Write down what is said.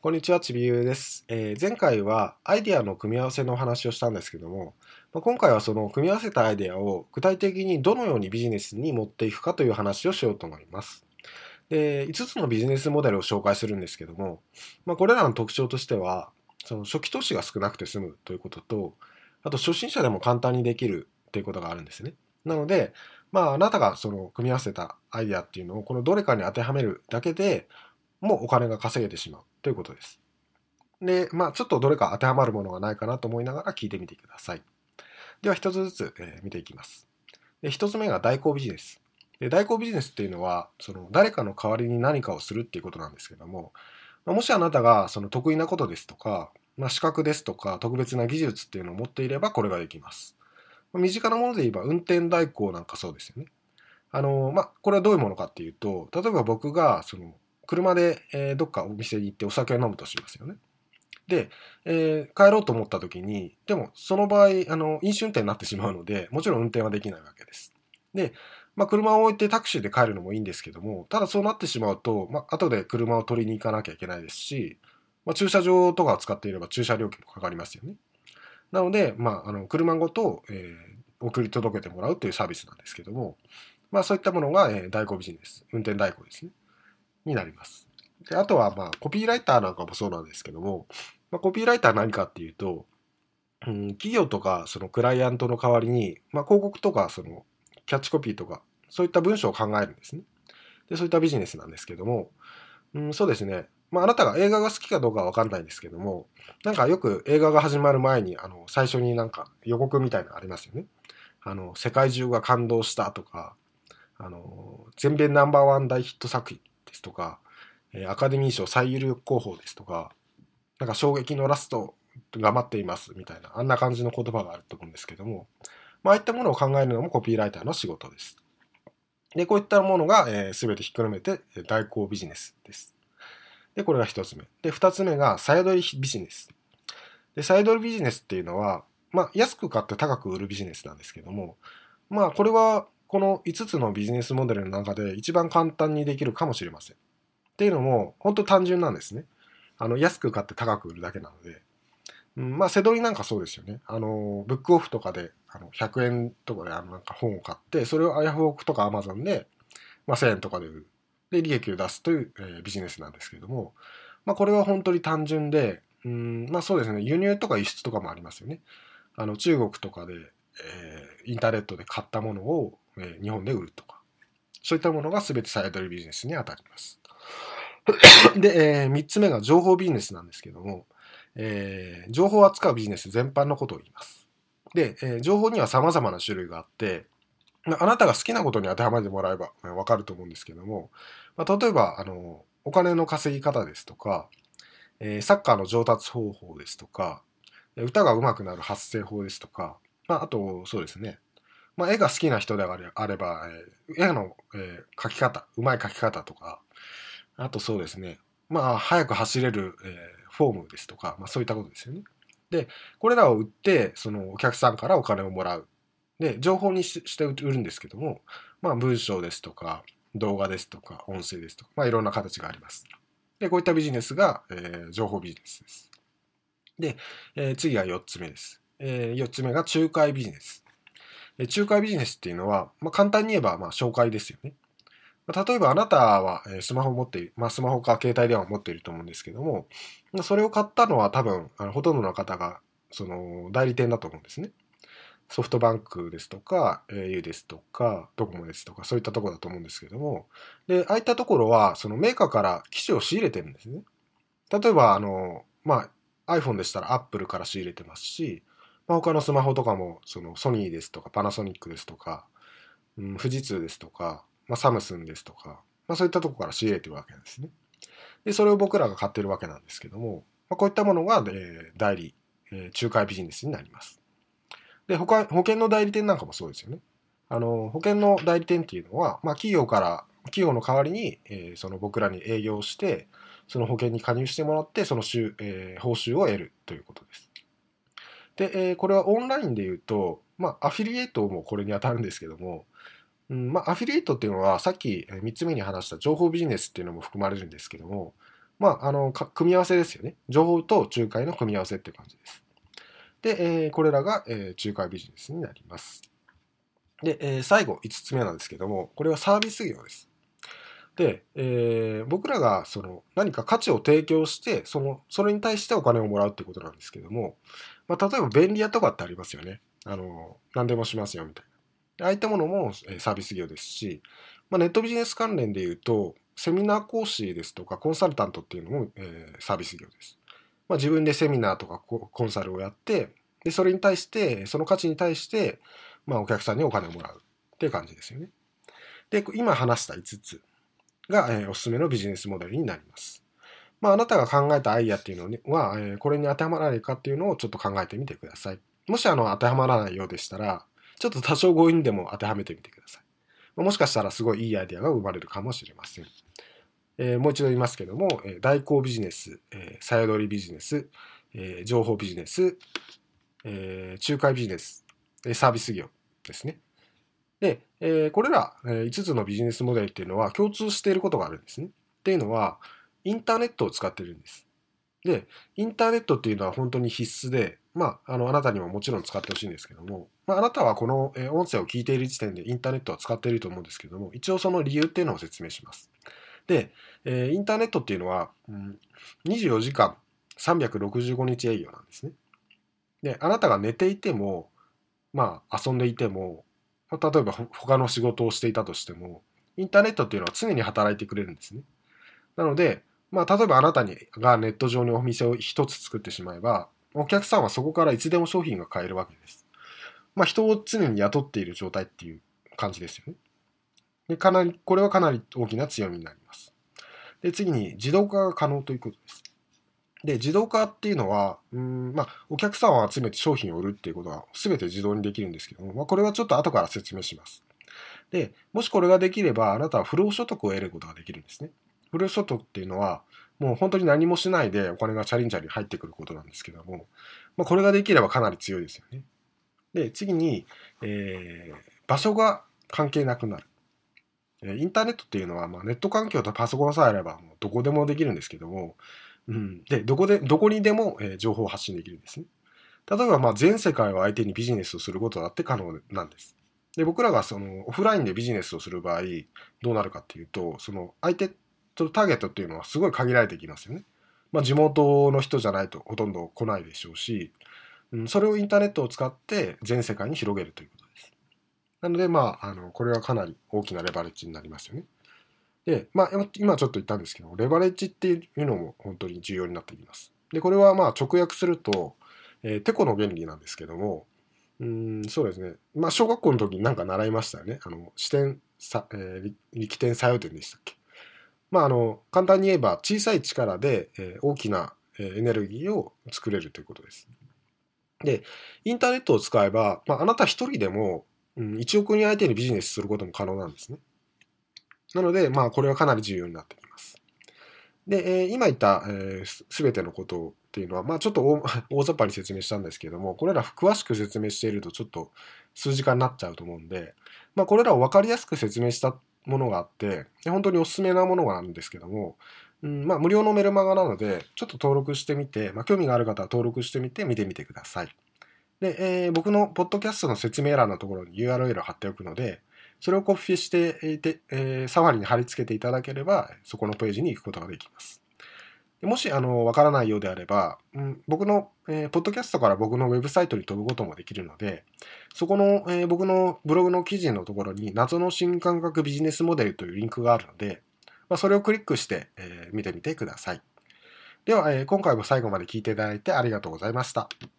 こんにちは、ちびゆうです。前回はアイデアの組み合わせのお話をしたんですけども、今回はその組み合わせたアイデアを具体的にどのようにビジネスに持っていくかという話をしようと思います。で、5つのビジネスモデルを紹介するんですけども、これらの特徴としては、その初期投資が少なくて済むということと、あと初心者でも簡単にできるということがあるんですね。なので、あなたがその組み合わせたアイデアっていうのをこのどれかに当てはめるだけでもうお金が稼げてしまうということです。で、ちょっとどれか当てはまるものがないかなと思いながら聞いてみてください。では一つずつ、見ていきます。で、一つ目が代行ビジネス。で、代行ビジネスっていうのは、その誰かの代わりに何かをするっていうことなんですけども、もしあなたがその得意なことですとか、資格ですとか、特別な技術っていうのを持っていればこれができます。身近なもので言えば運転代行なんかそうですよね。これはどういうものかっていうと、例えば僕がその車でどっかお店に行ってお酒を飲むとしますよね。で、帰ろうと思った時に、でもその場合、飲酒運転になってしまうので、もちろん運転はできないわけです。で、車を置いてタクシーで帰るのもいいんですけども、ただそうなってしまうと、後で車を取りに行かなきゃいけないですし、駐車場とかを使っていれば駐車料金もかかりますよね。なので、車ごと、送り届けてもらうというサービスなんですけども、そういったものが、代行ビジネス、運転代行ですね、になります。で、あとは、コピーライターなんかもそうなんですけども、コピーライターは何かっていうと、企業とかそのクライアントの代わりに、広告とかそのキャッチコピーとか、そういった文章を考えるんですね。で、そういったビジネスなんですけども、そうですね。あなたが映画が好きかどうかはわかんないんですけども、なんかよく映画が始まる前に、最初になんか予告みたいなのありますよね。世界中が感動したとか、全米ナンバーワン大ヒット作品ですとか、アカデミー賞最有力候補ですとか、なんか衝撃のラストが待っていますみたいな、あんな感じの言葉があると思うんですけども、ああいったものを考えるのもコピーライターの仕事です。で、こういったものが、全てひっくるめて代行ビジネスです。で、これが一つ目。で、二つ目がサイドリビジネス。で、サイドリビジネスっていうのは、安く買って高く売るビジネスなんですけども、これはこの5つのビジネスモデルの中で一番簡単にできるかもしれません。っていうのも、本当単純なんですね。安く買って高く売るだけなので。セドリなんかそうですよね。ブックオフとかで、100円とかで、なんか本を買って、それをヤフオクとかアマゾンで、1000円とかで売る。で、利益を出すという、ビジネスなんですけれども、これは本当に単純で、そうですね、輸入とか輸出とかもありますよね。中国とかで、インターネットで買ったものを、日本で売るとか。そういったものが全てサイドリビジネスに当たります。で、3つ目が情報ビジネスなんですけども、情報を扱うビジネス全般のことを言います。で、情報には様々な種類があって、あなたが好きなことに当てはめてもらえばわかると思うんですけども、例えば、お金の稼ぎ方ですとか、サッカーの上達方法ですとか、歌が上手くなる発声法ですとか、あと、そうですね、絵が好きな人であれば、絵の、描き方、上手い描き方とか、あとそうですね。速く走れる、フォームですとか、そういったことですよね。で、これらを売って、そのお客さんからお金をもらう。で、情報にして売るんですけども、文章ですとか、動画ですとか、音声ですとか、いろんな形があります。で、こういったビジネスが、情報ビジネスです。で、次が4つ目です。4つ目が仲介ビジネス。仲介ビジネスっていうのは、簡単に言えば、紹介ですよね。例えばあなたはスマホを持っている、スマホか携帯電話を持っていると思うんですけども、それを買ったのは多分、ほとんどの方が、その、代理店だと思うんですね。ソフトバンクですとか、au ですとか、ドコモですとか、そういったところだと思うんですけども、で、ああいったところは、そのメーカーから機種を仕入れてるんですね。例えば、iPhone でしたら Apple から仕入れてますし、他のスマホとかも、そのソニーですとか、パナソニックですとか、富士通ですとか、サムスンですとか、そういったところから仕入れてるわけなんですね。で、それを僕らが買ってるわけなんですけども、こういったものが、代理、仲介ビジネスになります。で、保険の代理店なんかもそうですよね。保険の代理店っていうのは、企業の代わりに、その僕らに営業して、その保険に加入してもらって、その報酬を得るということです。で、これはオンラインで言うと、アフィリエイトもこれに当たるんですけども、アフィリエイトっていうのはさっき3つ目に話した情報ビジネスっていうのも含まれるんですけども、 組み合わせですよね。情報と仲介の組み合わせっていう感じです。で、これらが、仲介ビジネスになります。で、最後5つ目なんですけども、これはサービス業です。で、僕らが何か価値を提供して、それに対してお金をもらうってことなんですけども、例えば便利屋とかってありますよね。何でもしますよみたいな。ああいったものもサービス業ですし、ネットビジネス関連で言うと、セミナー講師ですとかコンサルタントっていうのも、サービス業です。自分でセミナーとかコンサルをやって、で、それに対して、その価値に対して、お客さんにお金をもらうっていう感じですよね。で、今話した5つが、おすすめのビジネスモデルになります。あなたが考えたアイデアっていうのは、これに当てはまらないかっていうのをちょっと考えてみてください。もし当てはまらないようでしたら、ちょっと多少強引でも当てはめてみてください。もしかしたらすごいいいアイデアが生まれるかもしれません。もう一度言いますけども、代行ビジネス、さやどりビジネス、情報ビジネス、仲介ビジネス、サービス業ですね。で、これら5つのビジネスモデルっていうのは共通していることがあるんですね。っていうのは、インターネットを使ってるんです。で、インターネットっていうのは本当に必須で、あなたにももちろん使ってほしいんですけども、あなたはこの音声を聞いている時点でインターネットは使っていると思うんですけども、一応その理由っていうのを説明します。で、インターネットっていうのは、24時間365日営業なんですね。で、あなたが寝ていても、遊んでいても、例えば他の仕事をしていたとしても、インターネットっていうのは常に働いてくれるんですね。なので、例えばあなたがネット上にお店を一つ作ってしまえば、お客さんはそこからいつでも商品が買えるわけです。人を常に雇っている状態っていう感じですよね。で、これはかなり大きな強みになります。で、次に自動化が可能ということです。で、自動化っていうのは、お客さんを集めて商品を売るっていうことは全て自動にできるんですけども、これはちょっと後から説明します。で、もしこれができれば、あなたは不労所得を得ることができるんですね。不労所得っていうのは、もう本当に何もしないでお金がチャリンチャリン入ってくることなんですけども、これができればかなり強いですよね。で、次に、場所が関係なくなる。インターネットっていうのは、ネット環境とパソコンさえあれば、もうどこでもできるんですけども、で、どこにでも情報を発信できるんですね。例えば、全世界を相手にビジネスをすることだって可能なんです。で、僕らがオフラインでビジネスをする場合、どうなるかっていうと、相手とターゲットっていうのはすごい限られてきますよね。地元の人じゃないとほとんど来ないでしょうし、それをインターネットを使って全世界に広げるということです。なので、これはかなり大きなレバレッジになりますよね。で、今ちょっと言ったんですけど、レバレッジっていうのも本当に重要になってきます。で、これは直訳すると、テコの原理なんですけども、そうですね。小学校の時になんか習いましたよね。視点さ、力点作用点でしたっけ。簡単に言えば、小さい力で、大きなエネルギーを作れるということです。で、インターネットを使えば、あなた一人でも、1億人相手にビジネスすることも可能なんですね。なので、これはかなり重要になってきます。で、今言ったすべてのことっていうのは、ちょっと大雑把に説明したんですけれども、これら詳しく説明しているとちょっと数時間になっちゃうと思うんで、これらを分かりやすく説明したものがあって、本当におすすめなものなんですけども、無料のメルマガなので、ちょっと登録してみて、興味がある方は登録してみて見てみてください。で、僕のポッドキャストの説明欄のところに URL を貼っておくので、それをコピーしていて、サファリに貼り付けていただければ、そこのページに行くことができます。もし、わからないようであれば、僕の、ポッドキャストから僕のウェブサイトに飛ぶこともできるので、そこの、僕のブログの記事のところに、謎の新感覚ビジネスモデルというリンクがあるので、それをクリックして、見てみてください。では、今回も最後まで聞いていただいてありがとうございました。